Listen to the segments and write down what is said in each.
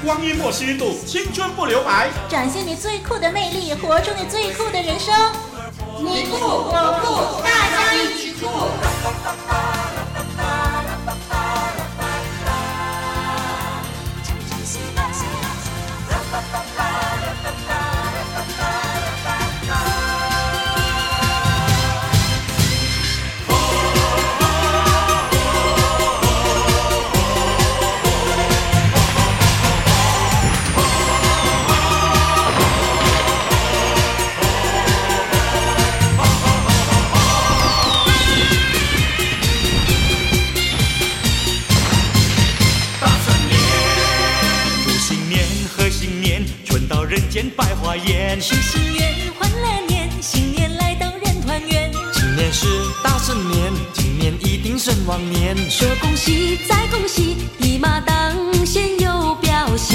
光阴莫虚度，青春不留白， 展现你最酷的魅力，活出你最酷的人生。 你酷我酷，大家一起酷。 百花艳， 许心愿，欢乐年，新年来到人团圆。 今年是大神年，今年一定胜旺年。 说恭喜再恭喜，一马当先有表现。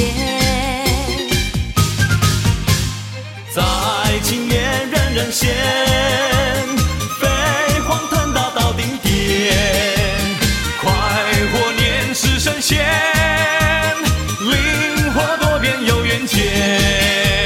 在今年人人先，飞黄腾达到顶点。快活年是神仙，灵活多变有远见。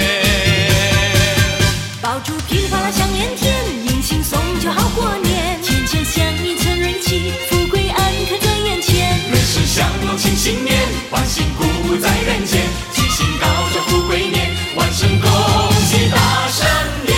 享乐庆新年，欢欣鼓舞在人间，吉星高照富贵年，万圣恭喜大神年。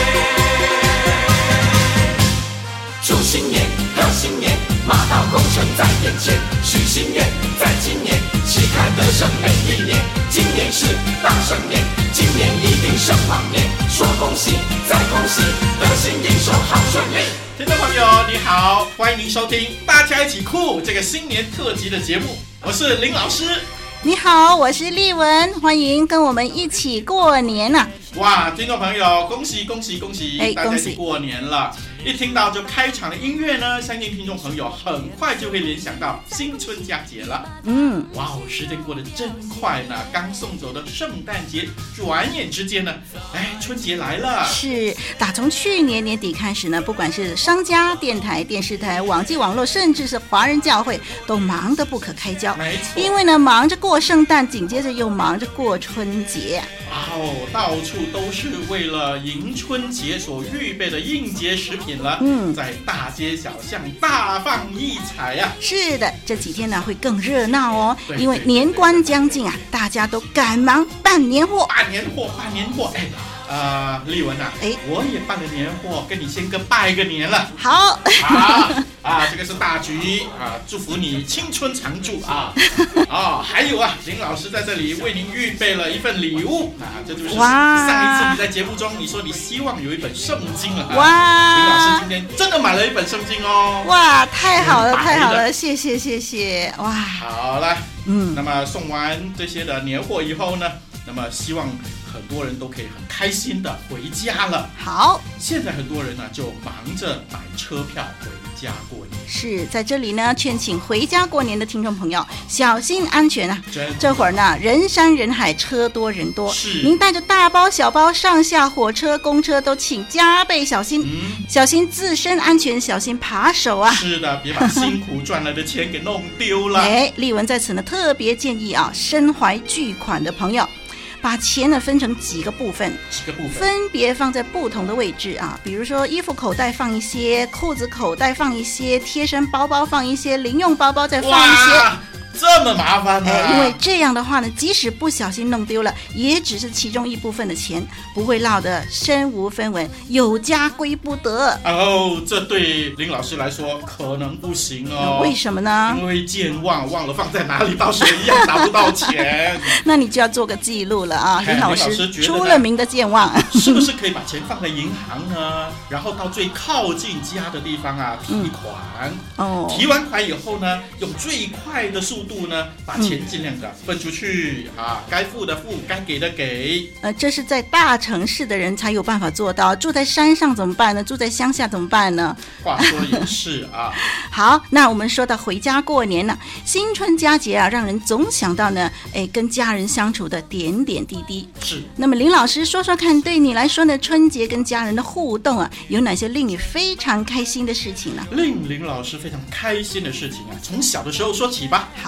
祝新年，贺新年，马到功成在眼前，许新愿，在今年，期盼得胜每一年。今年是大神年，今年一定胜旺年。说恭喜，再恭喜，得心应手好顺利。 听众朋友你好，欢迎您收听大家一起酷这个新年特辑的节目，我是林老师。 你好，我是丽文，欢迎跟我们一起过年啊。 哇，听众朋友恭喜恭喜恭喜，大家一起过年了。一听到就开场的音乐呢，相信听众朋友很快就会联想到新春佳节了。哇哦，时间过得真快呢，刚送走的圣诞节，转眼之间呢，春节来了。 是，打从去年年底开始呢，不管是商家、电台、电视台、网际网络，甚至是华人教会，都忙得不可开交。 没错， 因为呢，忙着过圣诞，紧接着又忙着过春节。 到处都是为了迎春节所预备的应节食品了。在大街小巷大放异彩啊。 是的，这几天呢会更热闹哦，因为年关将近啊，大家都赶忙办年货。 办年货。丽文啊，我也办了年货，跟你先拜个年了。 好这个是大局啊，祝福你青春常驻啊。还有啊，林老师在这里为您预备了一份礼物啊，这就是上一次你在节目中你说你希望有一本圣经了。哇，林老师今天真的买了一本圣经哦。 哇，太好了太好了，谢谢。哇， 好了，那么送完这些的年货以后呢，那么希望很多人都可以很开心的回家了。 好， 现在很多人呢就忙着买车票回家过年。 是，在这里呢，劝请回家过年的听众朋友小心安全啊！这会儿呢，人山人海，车多人多，您带着大包小包上下火车、公车都请加倍小心，小心自身安全，小心扒手啊！ 是的，别把辛苦赚来的钱给弄丢了。 丽文在此呢特别建议啊，身怀巨款的朋友，把钱呢分成几个部分，分别放在不同的位置啊，比如说衣服口袋放一些，裤子口袋放一些，贴身包包放一些，零用包包再放一些。 这么麻烦呢？ 因为这样的话呢，即使不小心弄丢了，也只是其中一部分的钱，不会落得身无分文，有家归不得。 这对林老师来说可能不行哦。 为什么呢？ 因为健忘了放在哪里，到时候一样拿不到钱。 那你就要做个记录了啊！林老师出了名的健忘， 是不是可以把钱放在银行呢？然后到最靠近家的地方啊提款。提完款以后呢，用最快的速度呢，把钱尽量的分出去啊，该付的付，该给的给。 这是在大城市的人才有办法做到，住在山上怎么办呢？住在乡下怎么办呢？ 话说也是啊。 好，那我们说到回家过年呢，新春佳节啊，让人总想到呢，跟家人相处的点点滴滴。 是。 那么林老师说说看，对你来说呢，春节跟家人的互动啊，有哪些令你非常开心的事情呢？ 令林老师非常开心的事情啊，从小的时候说起吧。 好，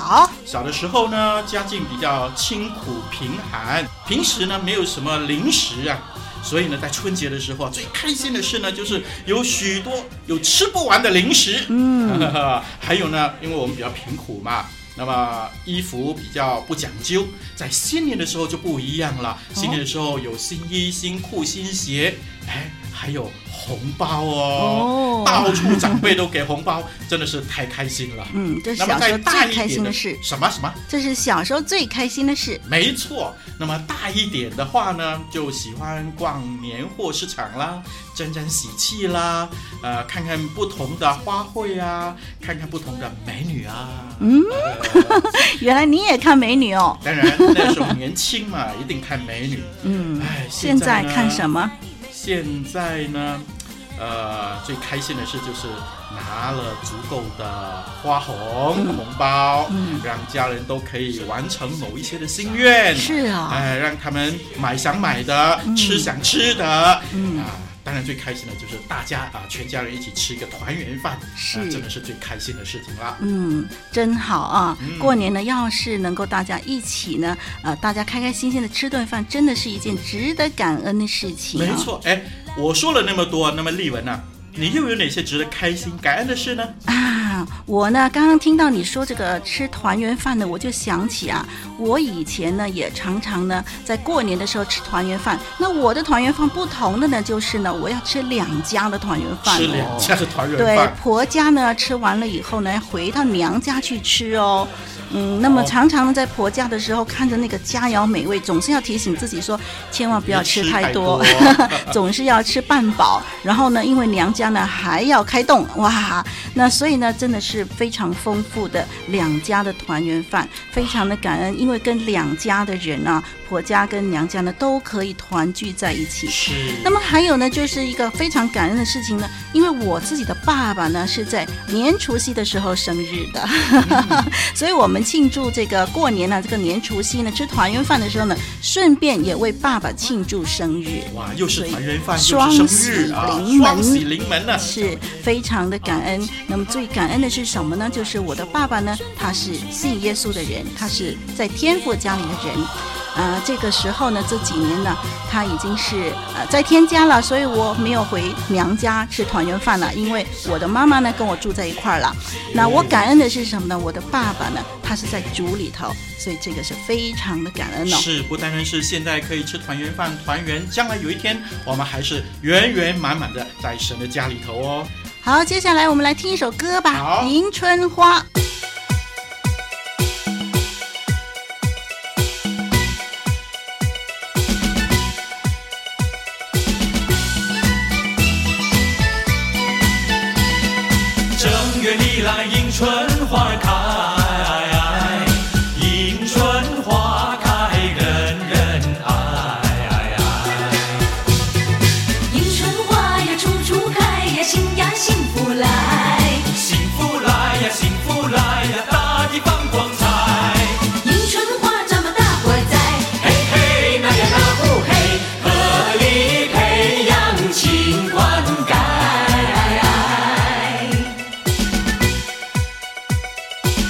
小的时候呢，家境比较清苦贫寒，平时呢没有什么零食啊，所以呢，在春节的时候最开心的事呢，就是有许多有吃不完的零食。还有呢，因为我们比较贫苦嘛，那么衣服比较不讲究，在新年的时候就不一样了。新年的时候有新衣、新裤、新鞋，还有红包哦，到处长辈都给红包，真的是太开心了。 这是小时候最开心的事。 什么？ 这是小时候最开心的事。 没错。那么大一点的话呢，就喜欢逛年货市场啦，沾沾喜气啦，看看不同的花卉啊，看看不同的美女啊。 原来你也看美女哦。 当然，那时候年轻嘛，一定看美女。 现在看什么？ 现在呢，最开心的事就是拿了足够的花红包，让家人都可以完成某一些的心愿。是啊，让他们买想买的，吃想吃的。当然最开心的就是大家全家人一起吃一个团圆饭，真的是最开心的事情了。 真好啊！过年呢，要是能够大家一起呢，大家开开心心的吃顿饭，真的是一件值得感恩的事情。 没错，我说了那么多，那么丽文啊，你又有哪些值得开心感恩的事呢？ 我呢，刚刚听到你说这个吃团圆饭呢，我就想起我以前呢也常常呢在过年的时候吃团圆饭。那我的团圆饭不同的呢，就是呢我要吃2家的团圆饭。 吃2家的团圆饭。 对，婆家呢吃完了以后呢，回到娘家去吃哦。那么常常在婆家的时候，看着那个佳肴美味，总是要提醒自己说，千万不要吃太多，总是要吃半饱。然后呢，因为娘家呢还要开动，哇，那所以呢，真的是非常丰富的2家的团圆饭，非常的感恩，因为跟2家的人啊，婆家跟娘家呢都可以团聚在一起。 是。 那么还有呢，就是一个非常感恩的事情呢，因为我自己的爸爸呢是在年除夕的时候生日的，所以我们庆祝这个过年呢，这个年除夕呢吃团圆饭的时候呢，顺便也为爸爸庆祝生日。 哇，又是团圆饭，又是生日啊，双喜临门呢， 是非常的感恩。那么最感恩的是什么呢？就是我的爸爸呢，他是信耶稣的人，他是在天父家里的人。这个时候呢，这几年呢，他已经是在天家了，所以我没有回娘家吃团圆饭了，因为我的妈妈呢跟我住在一块儿了。那我感恩的是什么呢？我的爸爸呢，他是在主里头，所以这个是非常的感恩哦。 是，不单单是现在可以吃团圆饭团圆，将来有一天我们还是圆圆满满的在神的家里头哦。 好，接下来我们来听一首歌吧，《迎春花》。 正月里来迎春花开，迎春花开人人爱。 迎春花呀处处开呀，心呀幸福来， 幸福来呀幸福来呀，大地放光彩。 迎春花这么大活在， 嘿嘿那呀那不嘿，合力培养情灌溉。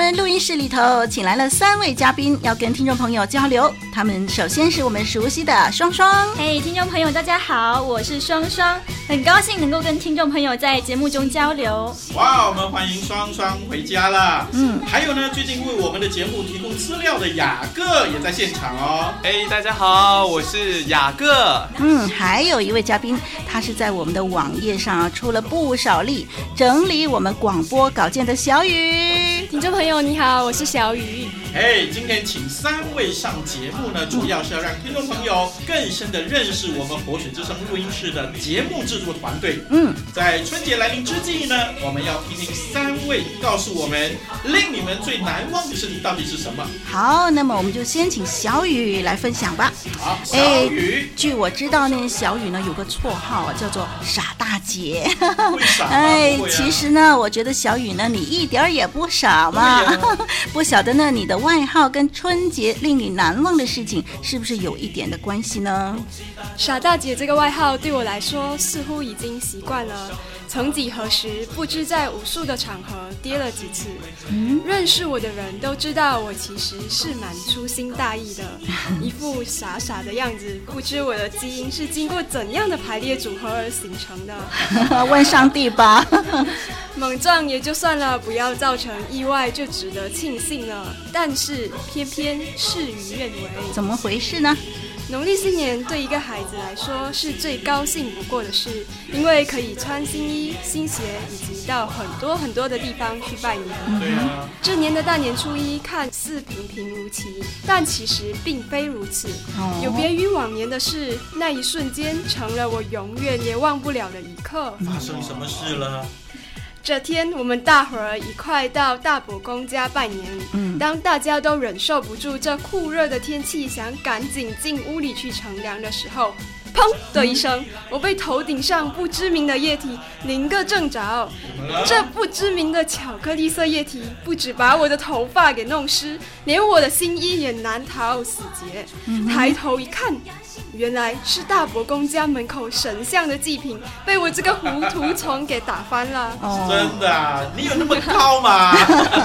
们录音室里头请来了3位嘉宾，要跟听众朋友交流。他们首先是我们熟悉的双双。 嘿，听众朋友大家好，我是双双，很高兴能够跟听众朋友在节目中交流。 哇，我们欢迎双双回家了。还有呢，最近为我们的节目提供资料的雅各也在现场哦。 嘿，大家好，我是雅各。 还有一位嘉宾，他是在我们的网页上出了不少力，整理我们广播稿件的小雨。 听众朋友你好，我是小雨。 今天请3位上节目呢，主要是要让听众朋友更深的认识我们活水之声录音室的节目制作团队。在春节来临之际呢，我们要听听3位告诉我们令你们最难忘的事情到底是什么。 好，那么我们就先请小雨来分享吧。 好，小雨。 据我知道呢，小雨呢有个绰号叫做傻大姐。 为啥？ 其实呢，我觉得小雨呢，你一点也不傻嘛。不晓得呢，你的外号跟春节令你难忘的事情是不是有一点的关系呢？ 傻大姐这个外号对我来说似乎已经习惯了，曾几何时不知在无数的场合跌了几次。认识我的人都知道我其实是蛮粗心大意的，一副傻傻的样子，不知我的基因是经过怎样的排列组合而形成的。 问上帝吧。 猛撞也就算了，不要造成意外就值得庆幸了，但是偏偏事与愿违。 怎么回事呢？ 农历新年对一个孩子来说是最高兴不过的事，因为可以穿新衣、新鞋，以及到很多很多的地方去拜年。这年的大年初一看似平平无奇，但其实并非如此。有别于往年的是，那一瞬间成了我永远也忘不了的一刻。 发生什么事了？ 这天我们大伙儿一块到大伯公家拜年，当大家都忍受不住这酷热的天气，想赶紧进屋里去乘凉的时候，砰的一声，我被头顶上不知名的液体淋个正着。这不知名的巧克力色液体不只把我的头发给弄湿，连我的新衣也难逃死劫。抬头一看，原来是大伯公家门口神像的祭品被我这个糊涂虫给打翻了。 真的啊？你有那么高吗？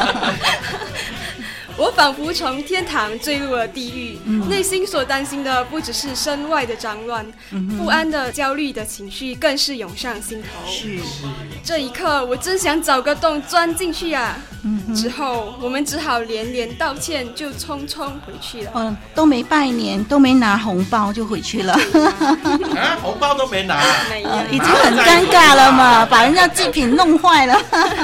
我仿佛从天堂坠入了地狱，内心所担心的不只是身外的脏乱，不安的焦虑的情绪更是涌上心头。这一刻我真想找个洞钻进去啊。之后我们只好连连道歉，就匆匆回去了。 都没拜年，都没拿红包就回去了。 红包都没拿， 没有， 已经很尴尬了嘛，把人家祭品弄坏了。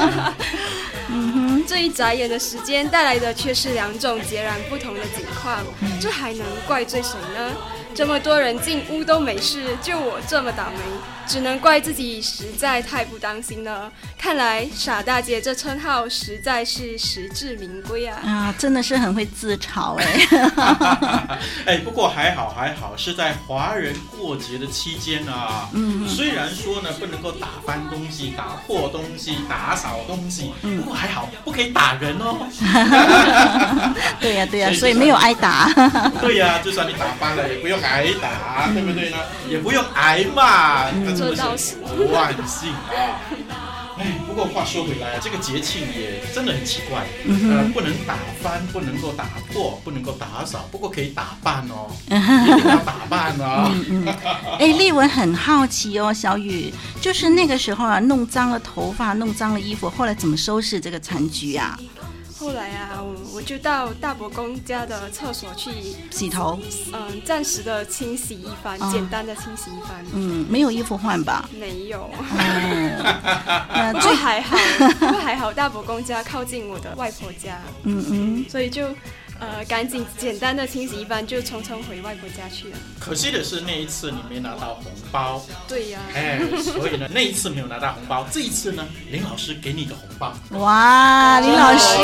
这一眨眼的时间带来的却是2种截然不同的景况，这还能怪罪谁呢？这么多人进屋都没事，就我这么倒霉，只能怪自己实在太不当心了。看来傻大姐这称号实在是实至名归啊！ 真的是很会自嘲不过还好，是在华人过节的期间啊。虽然说呢不能够打翻东西、打破东西、打扫东西，不过还好不可以打人哦。 对呀，所以没有挨打。 对呀，就算你打翻了也不用挨打，对不对呢？也不用挨骂， 这倒是万幸啊。不过话说回来，这个节庆也真的很奇怪，不能打翻，不能够打破，不能够打扫，不过可以打扮哦，一定要打扮哦。 丽文很好奇哦，小雨，就是那个时候啊，弄脏了头发，弄脏了衣服，后来怎么收拾这个残局啊？ 后来啊，我就到大伯公家的厕所去洗头， 暂时的清洗一番，简单的清洗一番。 没有衣服换吧？ 没有。不过还好，大伯公家靠近我的外婆家，所以就赶紧简单的清洗一番，就匆匆回外婆家去了。 可惜的是那一次你没拿到红包。 对呀。 所以呢，那一次没有拿到红包，这一次呢，林老师给你的红包。 哇，林老师，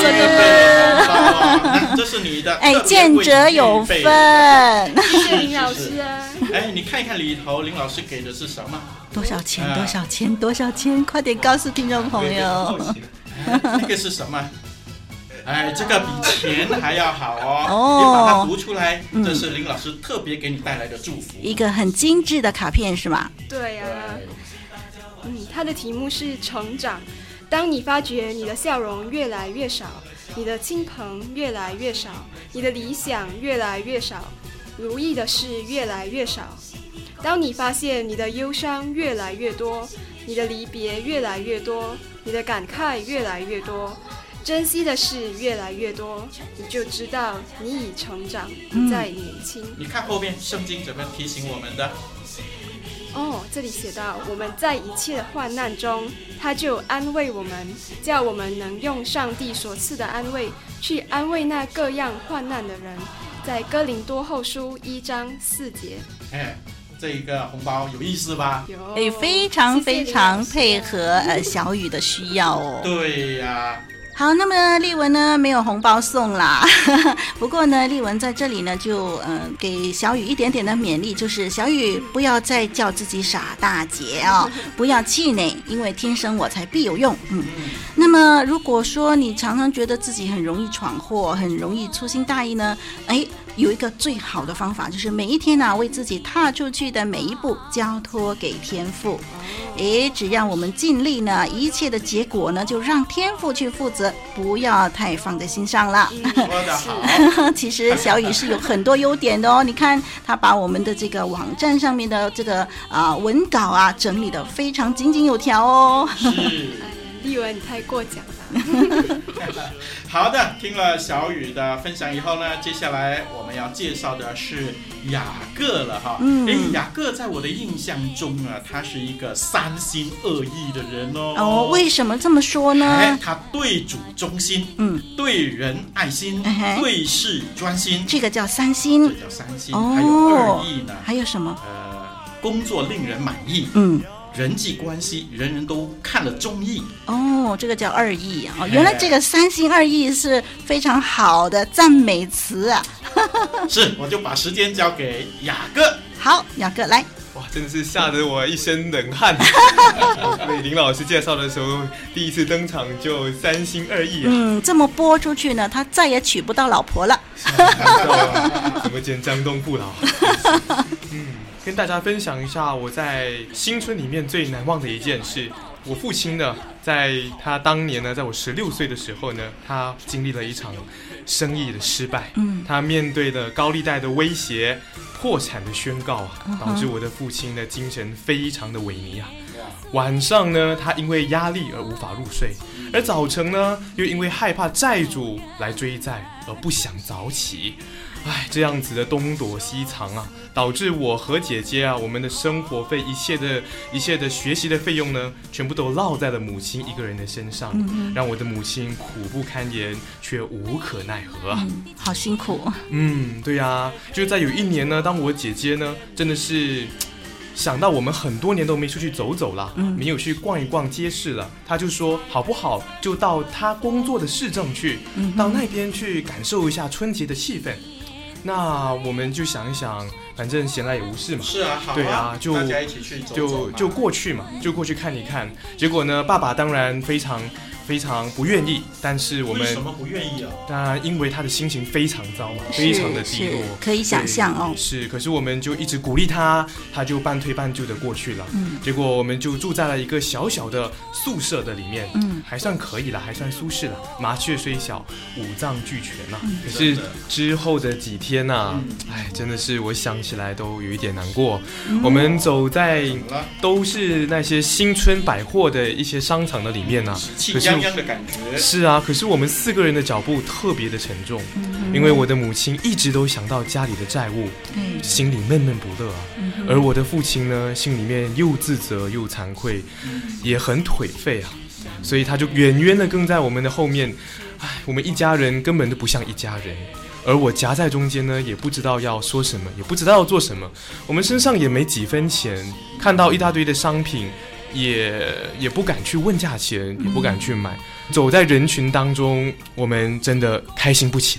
这是你的。 见者有份。 谢谢林老师啊。 你看一看里头，林老师给的是什么？ 多少钱？多少钱？多少钱？快点告诉听众朋友。 那个是什么？这个比钱还要好哦！你把它读出来，这是林老师特别给你带来的祝福， 一个很精致的卡片是吗？ 对呀。它的题目是成长。 当你发觉你的笑容越来越少，你的亲朋越来越少，你的理想越来越少，如意的事越来越少，当你发现你的忧伤越来越多，你的离别越来越多，你的感慨越来越多，珍惜的事越来越多，你就知道你已成长，不再年轻。 你看后面圣经怎么提醒我们的？ 这里写到我们在一切的患难中，他就安慰我们，叫我们能用上帝所赐的安慰去安慰那各样患难的人。在哥林多后书1章4节。 这一个红包有意思吧？ 有，非常非常配合小雨的需要哦。 对呀。 好，那么丽文呢没有红包送啦，不过呢丽文在这里呢就给小雨一点点的勉励，就是小雨不要再叫自己傻大姐哦，不要气馁，因为天生我材必有用。那么如果说你常常觉得自己很容易闯祸，很容易粗心大意呢，有一个最好的方法，就是每一天为自己踏出去的每一步交托给天父。只要我们尽力呢，一切的结果呢就让天父去负责，不要太放在心上了。 说得好。 其实小雨是有很多优点的哦，你看他把我们的这个网站上面的这个文稿整理得非常井井有条哦。 是。 丽文，你太过奖了。 好的，听了小雨的分享以后呢，接下来我们要介绍的是雅各了哈。雅各在我的印象中他是一个三心二意的人哦。 为什么这么说呢？ 他对主忠心，对人爱心，对事专心， 这个叫三心。 这叫三心。还有二意呢？ 还有什么？ 工作令人满意。人际关系人人都看了中意。 这个叫二意啊。原来这个三心二意是非常好的赞美词啊。 是，我就把时间交给雅各。 好，雅各来。 哇，真的是吓得我一身冷汗。被林老师介绍的时候，第一次登场就三心二意啊。 这么播出去呢，他再也娶不到老婆了。 怎么见江东父老？跟大家分享一下我在新村里面最难忘的一件事。我父亲呢，在他当年呢，在我16岁的时候呢，他经历了一场生意的失败。他面对的高利贷的威胁、破产的宣告导致我的父亲的精神非常的萎靡啊。晚上呢，他因为压力而无法入睡，而早晨呢，又因为害怕债主来追债而不想早起。这样子的东躲西藏导致我和姐姐我们的生活费一切的学习的费用呢，全部都落在了母亲一个人的身上，让我的母亲苦不堪言，却无可奈何好辛苦。 对啊，就在有一年呢，当我姐姐呢，真的是想到我们很多年都没出去走走了，没有去逛一逛街市了，她就说好不好就到她工作的市政去，到那边去感受一下春节的气氛。那我们就想一想，反正闲来也无事嘛。 是啊，好啊， 对啊， 大家一起去走走嘛， 就过去嘛，就过去看一看。结果呢，爸爸当然非常不愿意，但是我们为什么不愿意当然因为他的心情非常糟嘛，非常的低落， 可以想象哦。 是，可是我们就一直鼓励他，他就半推半就的过去了。结果我们就住在了一个小小的宿舍的里面，还算可以了，还算舒适了。麻雀虽小，五脏俱全了。可是之后的几天真的是我想起来都有一点难过。我们走在都是那些新春百货的一些商场的里面气泱泱的感觉。 是啊，可是我们4个人的脚步特别的沉重，因为我的母亲一直都想到家里的债务，心里闷闷不乐而我的父亲呢，心里面又自责又惭愧，也很颓废所以他就远远的跟在我们的后面。我们一家人根本就不像一家人，而我夹在中间呢，也不知道要说什么，也不知道要做什么。我们身上也没几分钱，看到一大堆的商品也不敢去问价钱，也不敢去买。走在人群当中，我们真的开心不起来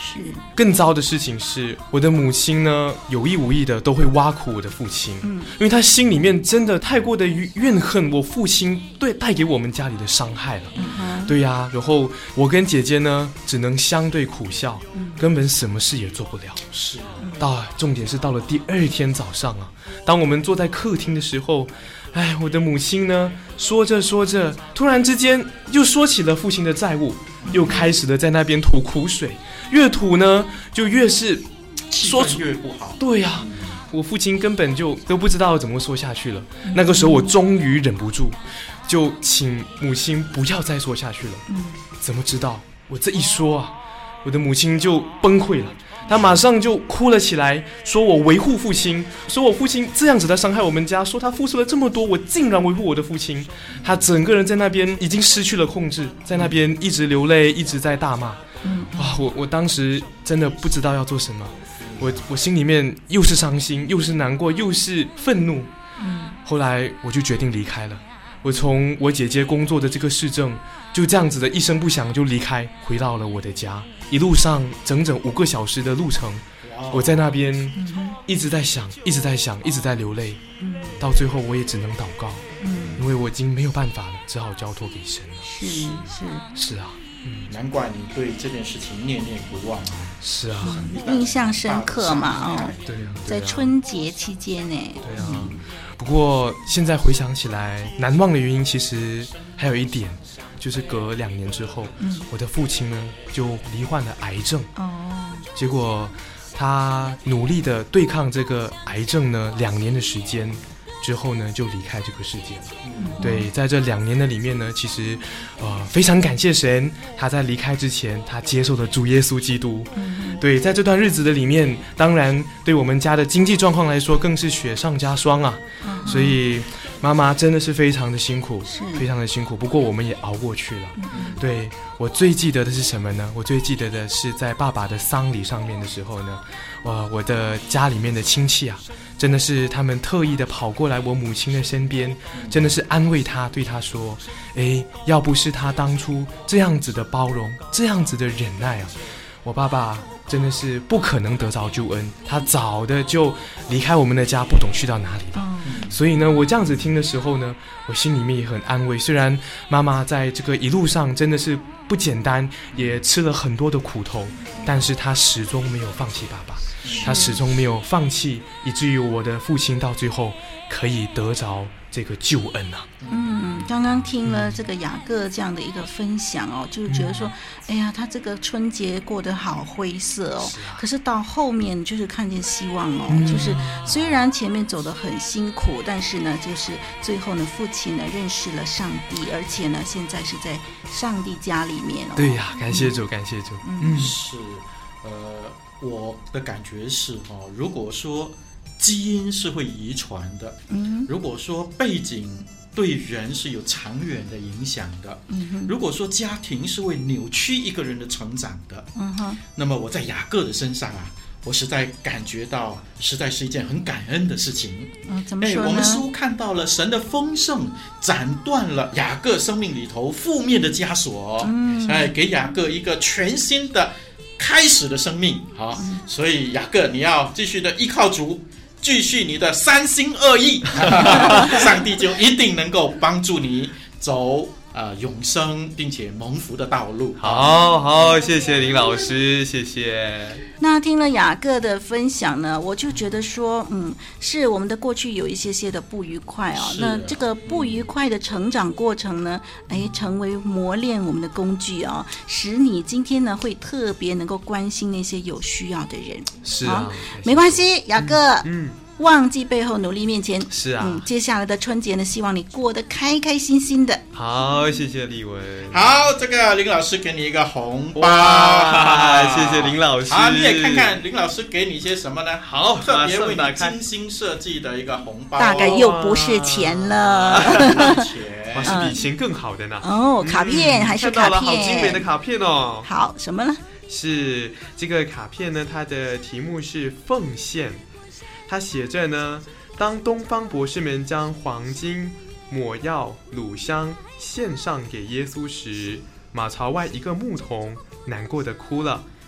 是。 更糟的事情是，我的母亲呢，有意无意的都会挖苦我的父亲，因为她心里面真的太过的怨恨我父亲带给我们家里的伤害了。对呀，然后我跟姐姐呢，只能相对苦笑，根本什么事也做不了。 是。 重点是到了第2天早上啊，当我们坐在客厅的时候，我的母亲呢，说着说着，突然之间又说起了父亲的债务，又开始了在那边吐苦水，越吐呢就越是说出越不好。 对呀，我父亲根本就都不知道怎么说下去了。那个时候我终于忍不住，就请母亲不要再说下去了。怎么知道我这一说啊，我的母亲就崩溃了。他马上就哭了起来，说我维护父亲，说我父亲这样子的伤害我们家，说他付出了这么多，我竟然维护我的父亲。他整个人在那边已经失去了控制，在那边一直流泪，一直在大骂。哇，我当时真的不知道要做什么，我心里面又是伤心，又是难过，又是愤怒。后来我就决定离开了。我从我姐姐工作的这个市政，就这样子的一声不响就离开，回到了我的家。一路上整整5个小时的路程，我在那边一直在想，一直在想，一直在流泪。到最后我也只能祷告，因为我已经没有办法了，只好交托给神了。是啊。 难怪你对这件事情念念不忘啊！ 是啊， 印象深刻嘛， 对啊， 在春节期间呢。 对啊，不过现在回想起来，难忘的原因其实还有一点，就是隔2年之后，我的父亲呢就罹患了癌症。结果他努力的对抗这个癌症呢，2年的时间。之后呢，就离开这个世界了。对，在这2年的里面呢，其实，非常感谢神，他在离开之前，他接受了主耶稣基督。对，在这段日子的里面，当然对我们家的经济状况来说，更是雪上加霜啊。所以妈妈真的是非常的辛苦，非常的辛苦。不过我们也熬过去了。对，我最记得的是什么呢？我最记得的是在爸爸的丧礼上面的时候呢，我的家里面的亲戚啊。真的是他们特意的跑过来我母亲的身边，真的是安慰她，对她说，要不是她当初这样子的包容，这样子的忍耐啊，我爸爸真的是不可能得着救恩，他早的就离开我们的家，不懂去到哪里了。所以呢，我这样子听的时候呢，我心里面也很安慰。虽然妈妈在这个一路上真的是不简单，也吃了很多的苦头，但是她始终没有放弃爸爸，他始终没有放弃，以至于我的父亲到最后可以得着这个救恩啊。 刚刚听了这个雅各这样的一个分享哦，就是觉得说，哎呀，他这个春节过得好灰色哦。可是到后面就是看见希望哦，就是虽然前面走得很辛苦，但是呢，就是最后呢，父亲呢认识了上帝，而且呢，现在是在上帝家里面哦。 对呀，感谢主，感谢主。 是，我的感觉是如果说基因是会遗传的，如果说背景对人是有长远的影响的，如果说家庭是会扭曲一个人的成长的，那么我在雅各的身上啊，我实在感觉到实在是一件很感恩的事情。 怎么说呢？ 我们似乎看到了神的丰盛斩断了雅各生命里头负面的枷锁，给雅各一个全新的开始的生命。好，所以雅各你要继续的依靠主，继续你的3心2意，上帝就一定能够帮助你走永生并且蒙福的道路。 好，谢谢林老师，谢谢。 那听了雅各的分享呢，我就觉得说，是我们的过去有一些的不愉快哦。那这个不愉快的成长过程呢，成为磨练我们的工具哦，使你今天呢会特别能够关心那些有需要的人。 是啊， 没关系，雅各，忘记背后，努力面前。 是啊， 接下来的春节呢，希望你过得开开心心的。 好，谢谢丽文。 好，这个林老师给你一个红包。 谢谢林老师。 好，你也看看林老师给你些什么呢？ 好， 特别为你精心设计的一个红包， 大概又不是钱了。 是比钱更好的呢。 卡片还是卡片？看到了好精美的卡片哦。 好，什么呢？ 是这个卡片呢，它的题目是奉献。他写着呢，当东方博士们将黄金、抹药、乳香献上给耶稣时，马槽外一个牧童难过的哭了。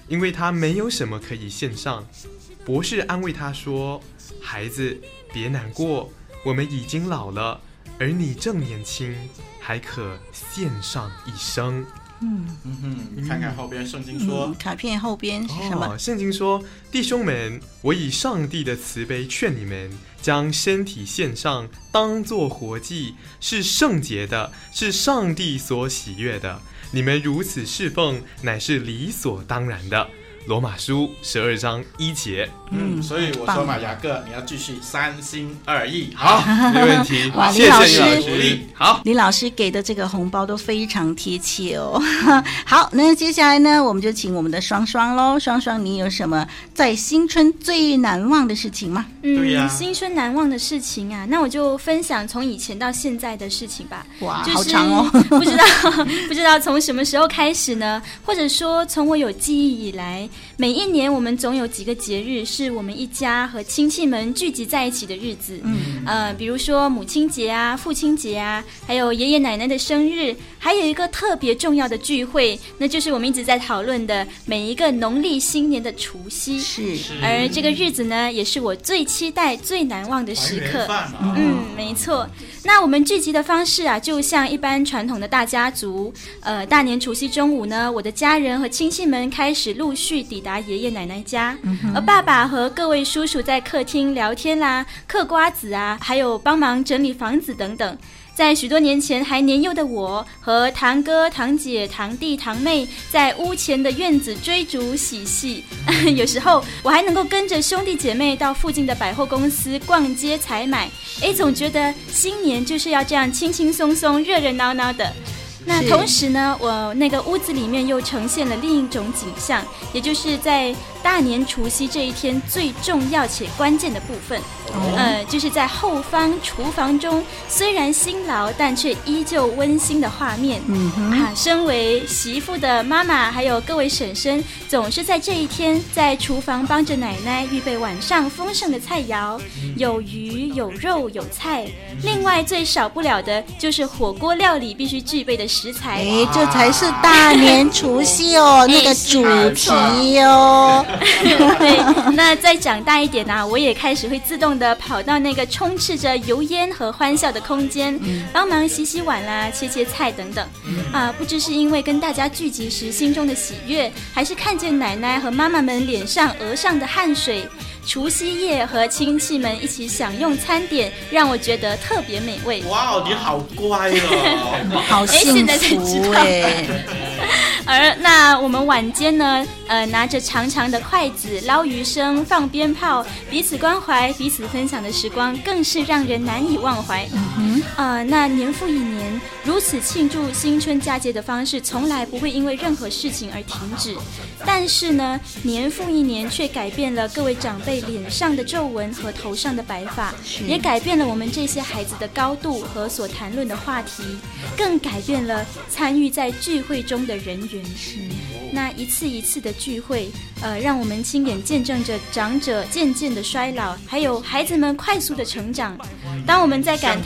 因为他没有什么可以献上。博士安慰他说：孩子，别难过，我们已经老了，而你正年轻，还可献上一生。 你看看后边圣经说， 卡片后边是什么？ 圣经说：弟兄们，我以上帝的慈悲劝你们，将身体献上，当作活祭，是圣洁的，是上帝所喜悦的。你们如此侍奉，乃是理所当然的。罗马书12章1节。 所以我说嘛，雅各，你要继续三心二意。 好，没问题。 谢谢你老师。好， 林老师给的这个红包都非常贴切哦。好，那接下来呢，我们就请我们的双双喽。双双，你有什么在新春最难忘的事情吗？ 对呀， 新春难忘的事情啊，那我就分享从以前到现在的事情吧。 哇， 就是、 好长哦。 不知道从什么时候开始呢？或者说从我有记忆以来，每一年我们总有几个节日是我们一家和亲戚们聚集在一起的日子。比如说母亲节啊、父亲节啊，还有爷爷奶奶的生日，还有一个特别重要的聚会，那就是我们一直在讨论的每一个农历新年的除夕。 是。 而这个日子呢，也是我最期待、最难忘的时刻。没错。那我们聚集的方式啊，就像一般传统的大家族。大年除夕中午呢，我的家人和亲戚们开始陆续抵达爷爷奶奶家，而爸爸和各位叔叔在客厅聊天啦、嗑瓜子啊，还有帮忙整理房子等等。在许多年前还年幼的我和堂哥、堂姐、堂弟、堂妹在屋前的院子追逐嬉戏，有时候我还能够跟着兄弟姐妹到附近的百货公司逛街采买。总觉得新年就是要这样轻轻松松、热热闹闹的。那同时呢，我那个屋子里面又呈现了另一种景象，也就是在大年除夕这一天最重要且关键的部分，就是在后方厨房中，虽然辛劳但却依旧温馨的画面。身为媳妇的妈妈还有各位婶婶，总是在这一天在厨房帮着奶奶预备晚上丰盛的菜肴，有鱼有肉有菜，另外最少不了的就是火锅料理必须具备的食材。 这才是大年除夕哦，那个主题哦。 对，那再长大一点啊，我也开始会自动的跑到那个充斥着油烟和欢笑的空间，帮忙洗洗碗啦、切切菜等等。不知是因为跟大家聚集时心中的喜悦，还是看见奶奶和妈妈们脸上额上的汗水，除夕夜和亲戚们一起享用餐点，让我觉得特别美味。 哇，你好乖哦， 好幸福哎！ 而那我们晚间呢，拿着长长的筷子捞鱼生、放鞭炮，彼此关怀、彼此分享的时光，更是让人难以忘怀。那年复一年，如此庆祝新春佳节的方式，从来不会因为任何事情而停止。但是呢，年复一年却改变了各位长辈脸上的皱纹和头上的白发，也改变了我们这些孩子的高度和所谈论的话题，更改变了参与在聚会中的人员。那一次一次的聚会，让我们亲眼见证着长者渐渐的衰老，还有孩子们快速的成长。当我们在感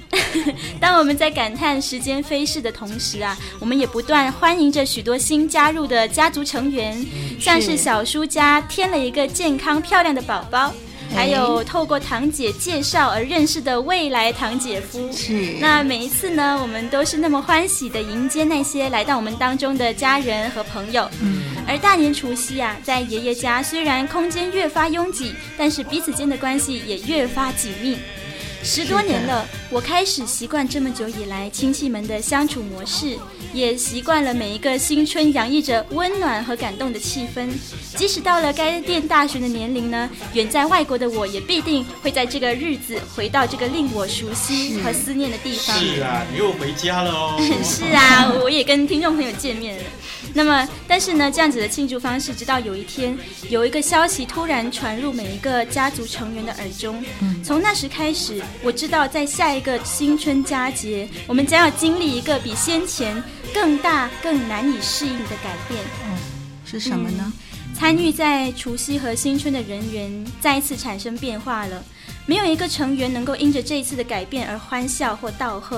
叹时间飞逝的同时啊，我们也不断欢迎着许多新加入的家族成员，像是小叔家添了一个健康漂亮的宝宝，还有透过堂姐介绍而认识的未来堂姐夫。那每一次呢，我们都是那么欢喜的迎接那些来到我们当中的家人和朋友。而大年除夕啊，在爷爷家虽然空间越发拥挤，但是彼此间的关系也越发紧密。10多年了，我开始习惯这么久以来亲戚们的相处模式，也习惯了每一个新春洋溢着温暖和感动的气氛。即使到了该念大学的年龄呢，远在外国的我也必定会在这个日子回到这个令我熟悉和思念的地方。 是啊，你又回家了哦。 是啊，我也跟听众朋友见面了。那么，但是呢，这样子的庆祝方式，直到有一天，有一个消息突然传入每一个家族成员的耳中。从那时开始，我知道在下一个新春佳节，我们将要经历一个比先前更大、更难以适应的改变。 是什么呢？ 参与在除夕和新春的人员再一次产生变化了，没有一个成员能够因着这一次的改变而欢笑或道贺。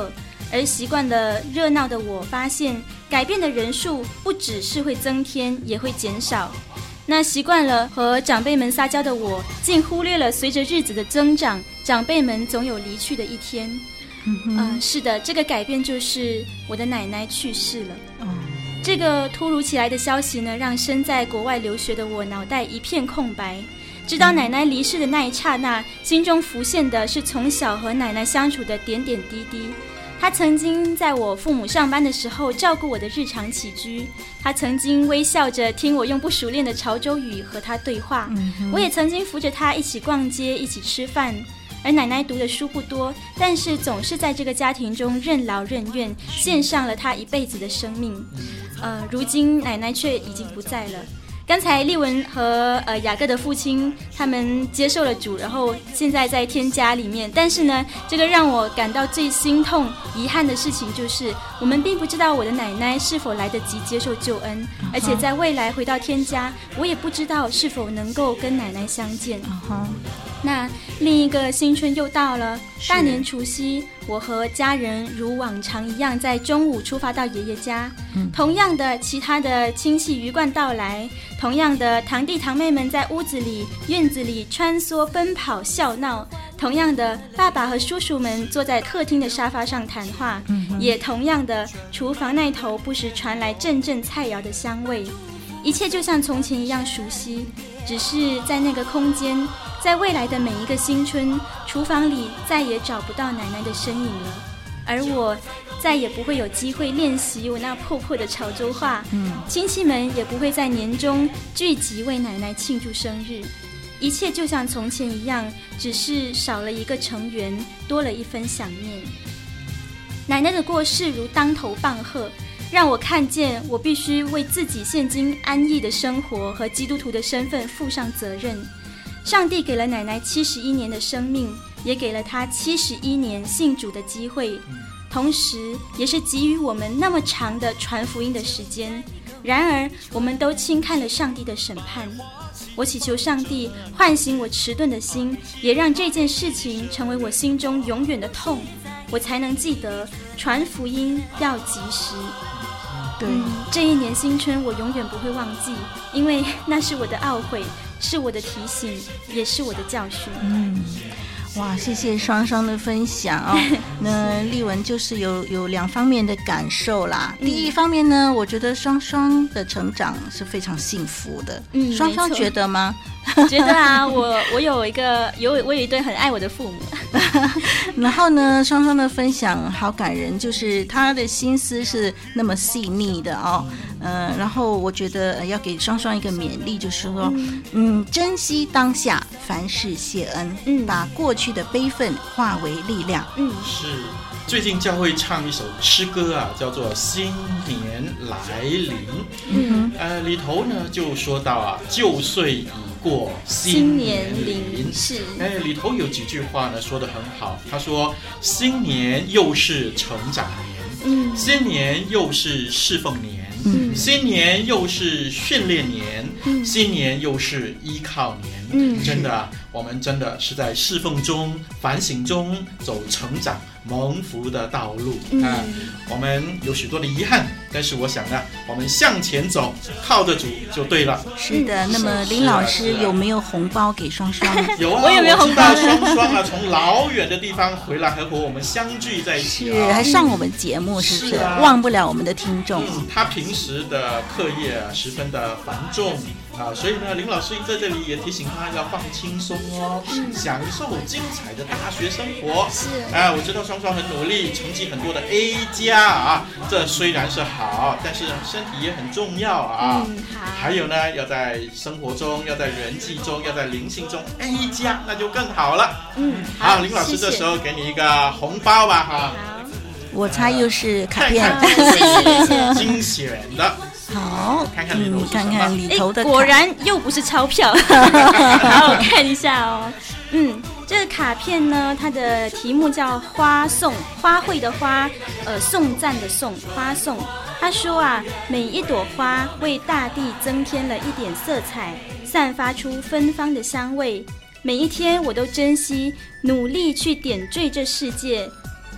而习惯了热闹的我发现，改变的人数不只是会增添，也会减少。那习惯了和长辈们撒娇的我，竟忽略了随着日子的增长，长辈们总有离去的一天。是的，这个改变就是我的奶奶去世了。这个突如其来的消息呢，让身在国外留学的我脑袋一片空白。直到奶奶离世的那一刹那，心中浮现的是从小和奶奶相处的点点滴滴。她曾经在我父母上班的时候照顾我的日常起居，她曾经微笑着听我用不熟练的潮州语和她对话，我也曾经扶着她一起逛街，一起吃饭。而奶奶读的书不多，但是总是在这个家庭中任劳任怨，献上了她一辈子的生命。如今奶奶却已经不在了。刚才丽文和雅各的父亲他们接受了主，然后现在在天家里面。但是呢，这个让我感到最心痛遗憾的事情就是，我们并不知道我的奶奶是否来得及接受救恩，而且在未来回到天家，我也不知道是否能够跟奶奶相见。那另一个新春又到了，大年除夕，我和家人如往常一样在中午出发到爷爷家。同样的，其他的亲戚鱼贯到来，同样的，堂弟堂妹们在屋子里院子里穿梭奔跑笑闹，同样的，爸爸和叔叔们坐在客厅的沙发上谈话，也同样的，厨房那头不时传来阵阵菜肴的香味。一切就像从前一样熟悉，只是在那个空间，在未来的每一个新春，厨房里再也找不到奶奶的身影了，而我再也不会有机会练习我那破破的潮州话，亲戚们也不会在年中聚集为奶奶庆祝生日。一切就像从前一样，只是少了一个成员，多了一分想念。奶奶的过世如当头棒喝，让我看见我必须为自己现今安逸的生活和基督徒的身份负上责任。上帝给了奶奶71年的生命，也给了她71年信主的机会，同时也是给予我们那么长的传福音的时间。然而我们都轻看了上帝的审判。我祈求上帝唤醒我迟钝的心，也让这件事情成为我心中永远的痛，我才能记得传福音要及时。这一年新春我永远不会忘记，因为那是我的懊悔，是我的提醒，也是我的教训。 哇，谢谢双双的分享哦。那丽文就是有两方面的感受啦。第一方面呢，我觉得双双的成长是非常幸福的。双双觉得吗？ 觉得啊，我有一对很爱我的父母。 然后呢，双双的分享好感人，就是他的心思是那么细腻的哦。然后我觉得要给双双一个勉励，就是说，珍惜当下，凡事谢恩，把过去的悲愤化为力量。 是。最近教会唱一首诗歌啊，叫做《新年来临》。里头呢就说到啊，旧岁已过，新年临。 是。 里头有几句话呢说得很好。他说，新年又是成长年，新年又是侍奉年，新年又是训练年，新年又是依靠年。真的，我们真的是在侍奉中、反省中走成长蒙福的道路。我们有许多的遗憾，但是我想呢，我们向前走，靠着主就对了。 是的。那么林老师有没有红包给双双？ 有啊，我有没有红包？双双啊，从老远的地方回来，和我们相聚在一起， 还上我们节目，是不是？忘不了我们的听众。 他平时的课业十分的繁重所以呢，林老师在这里也提醒他要放轻松哦，享受精彩的大学生活。我知道双双很努力，成绩很多的 A 加啊，这虽然是好，但是身体也很重要啊。还有呢，要在生活中，要在人际中，要在灵性中 A 加，那就更好了。好，林老师这时候给你一个红包吧哈。 我猜又是卡片， 精选的。 好， 看看里头是什么？ 看看里头的， 果然又不是钞票。好，我看一下哦。这个卡片呢，它的题目叫花颂，花卉的花，颂赞的颂，花颂。他说啊，每一朵花为大地增添了一点色彩，散发出芬芳的香味。每一天我都珍惜，努力去点缀这世界。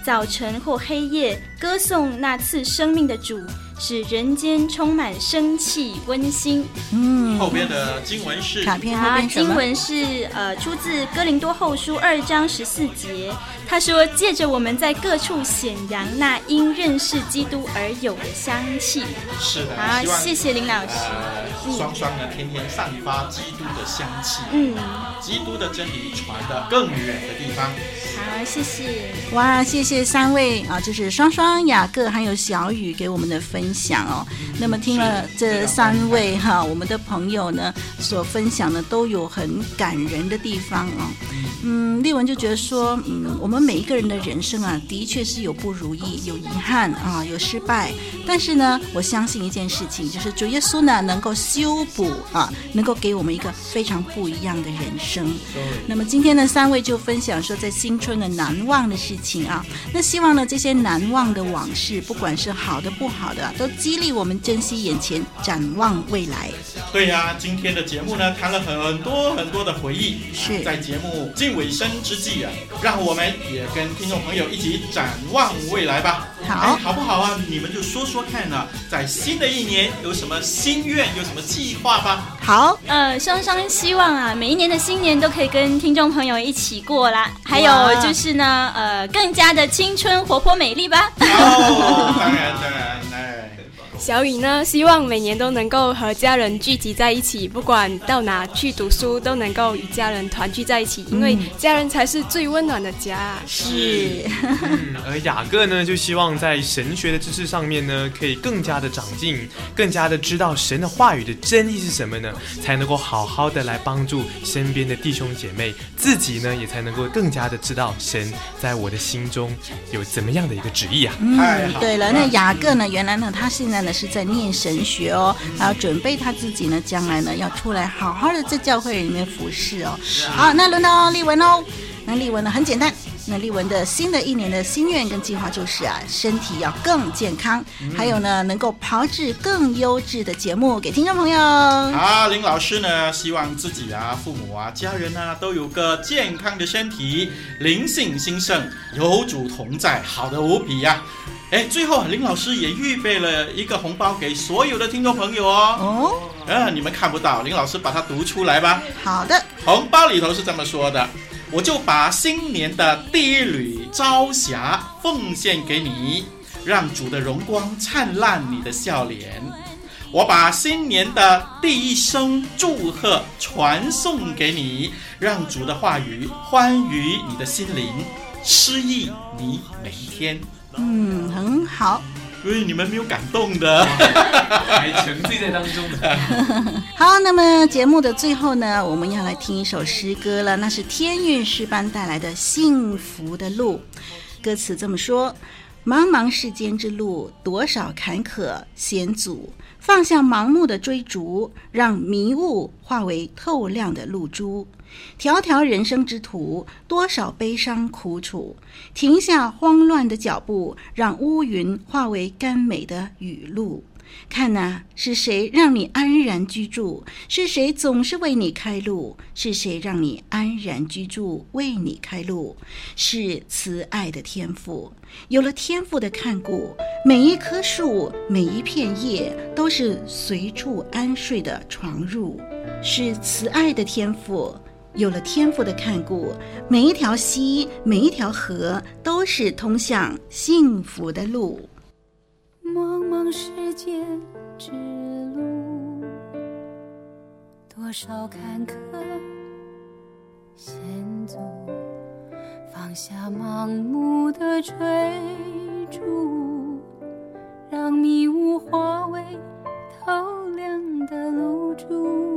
早晨或黑夜，歌颂那赐生命的主，使人间充满生气温馨。 后边的经文是卡片后边什么？ 经文是出自哥林多后书2章14节。他说：“借着我们在各处显扬那因认识基督而有的香气。” 是的， 好，谢谢林老师。 双双呢，天天散发基督的香气，基督的真理传得更远的地方。 好，谢谢。 哇，谢谢3位啊，就是双双、雅各还有小雨给我们的分享哦。那么听了这3位我们的朋友呢所分享的都有很感人的地方哦。丽文就觉得说，我们每一个人的人生啊，的确是有不如意、有遗憾啊，有失败。但是呢，我相信一件事情，就是主耶稣呢能够修补啊，能够给我们一个非常不一样的人生。那么今天呢，3位就分享说，在新春的难忘的事情啊，那希望呢这些难忘的往事，不管是好的不好的，都激励我们珍惜眼前，展望未来。 对呀，今天的节目呢谈了很多很多的回忆， 是在节目近尾声之际啊，让我们也跟听众朋友一起展望未来吧。好不好啊？你们就说说看呢，在新的一年有什么心愿，有什么计划吧？ 好， 双双希望啊，每一年的新年都可以跟听众朋友一起过啦。还有就是呢，更加的青春活泼美丽吧。 当然， 小雨呢，希望每年都能够和家人聚集在一起，不管到哪去读书，都能够与家人团聚在一起，因为家人才是最温暖的家。 是。 而雅各呢，就希望在神学的知识上面呢，可以更加的长进，更加的知道神的话语的真意是什么呢，才能够好好的来帮助身边的弟兄姐妹，自己呢也才能够更加的知道神在我的心中有怎么样的一个旨意啊。 对了，那雅各呢，原来呢，他现在呢是在念神学哦，还要准备他自己呢，将来呢要出来好好的在教会里面服侍哦。好，那轮到丽文哦。那丽文呢很简单，那丽文的新的一年的心愿跟计划就是啊，身体要更健康，还有呢能够炮制更优质的节目给听众朋友。 好，林老师呢希望自己啊、父母啊、家人啊都有个健康的身体，灵性兴盛，有主同在，好的无比呀。最后林老师也预备了一个红包给所有的听众朋友哦。你们看不到，林老师把它读出来吧。 好的， 红包里头是这么说的：我就把新年的第一缕朝霞奉献给你，让主的荣光灿烂你的笑脸。我把新年的第一声祝贺传送给你，让主的话语欢愉你的心灵，诗意你每一天。 很好。 你们没有感动的， 还沉醉在当中的。 好，那么节目的最后呢，我们要来听一首诗歌了，那是天韵诗班带来的《幸福的路》。歌词这么说：茫茫世间之路，多少坎坷险阻，放下盲目的追逐，让迷雾化为透亮的露珠。条条人生之途，多少悲伤苦楚，停下慌乱的脚步，让乌云化为甘美的雨露。看啊，是谁让你安然居住？是谁总是为你开路？是谁让你安然居住，为你开路？是慈爱的天父。有了天父的看顾，每一棵树，每一片叶，都是随处安睡的床褥。是慈爱的天父。有了天父的看顾，每一条溪，每一条河，都是通向幸福的路。 茫茫世间之路，多少坎坷险阻，放下盲目的追逐，让迷雾化为透亮的露珠。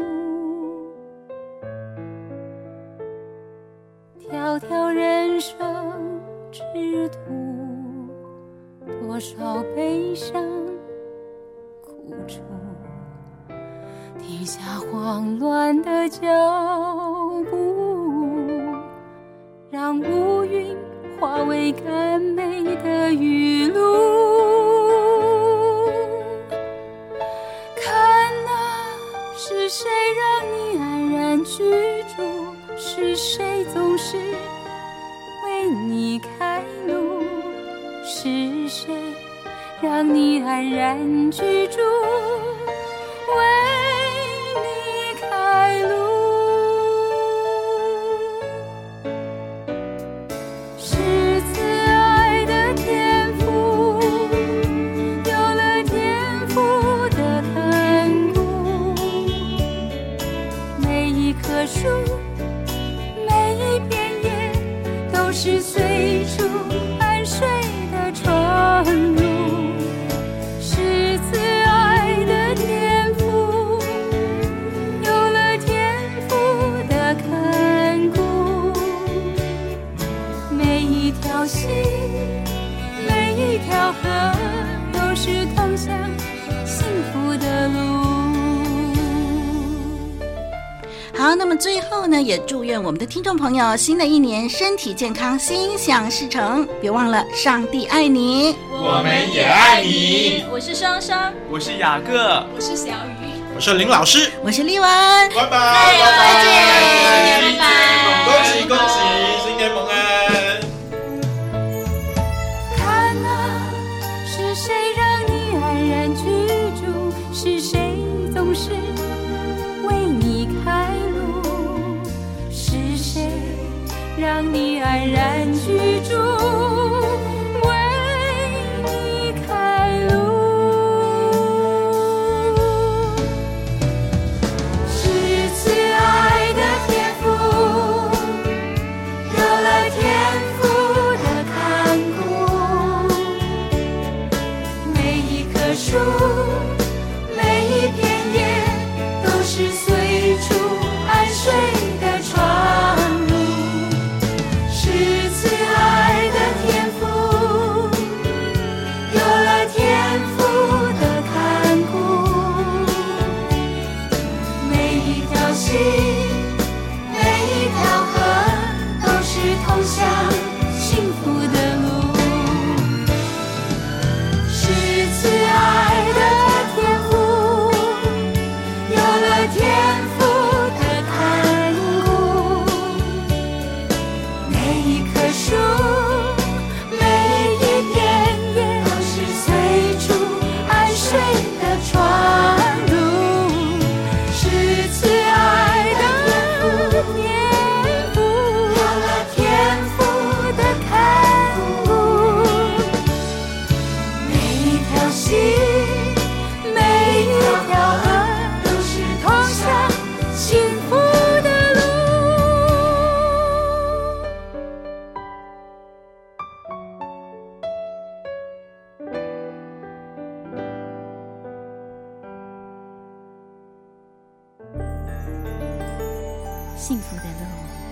条条人生之途，多少悲伤苦楚，停下慌乱的脚步，让乌云化为甘美的雨露。看啊，是谁让你安然居住？是谁总是为你开路？ 让你安然居住，为你开路。是慈爱的天父，有了天父的看顾，每一棵树，每一片叶，都是随处安睡的床褥。是慈爱的天父，有了天父的看顾，每一条溪，每一条河，都是通向幸福的路。 好，那么最后呢，也祝愿我们的听众朋友新的一年身体健康，心想事成。别忘了，上帝爱你， 我们也爱你。 我是双双， 我是雅各， 我是小雨， 我是林老师， 我是丽文， 拜拜， 再见，拜拜， 恭喜恭喜，新年蒙恩。 看啊，是谁让你安然居住？是谁总是为你开路？是谁让你安然居住？为你开路。是慈爱的天父，有了天父的看顾，每一棵树，每一片叶，都是随处安睡的床褥。是慈爱的天父，有了天父的看顾，每一条溪，每一条河，都是通向幸福的路。是慈爱的天父，有了天父的看顾，每一棵树，每一片叶，都是随处安睡的床褥。是慈爱的天父，有了天父的看顾，每一条溪，每一条河，都是通向幸福的路。幸福的路。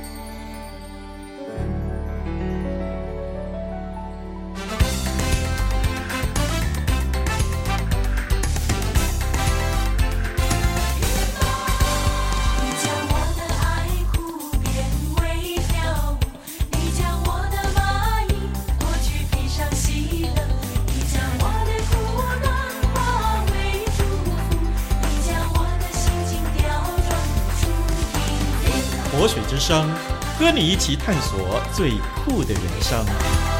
你将我的爱哭变为跳舞，你将我的蚂蚁过去披上喜乐，你将我的苦难化为祝福，你将我的心情调转出平静。 活水之声，和你一起探索最酷的人生。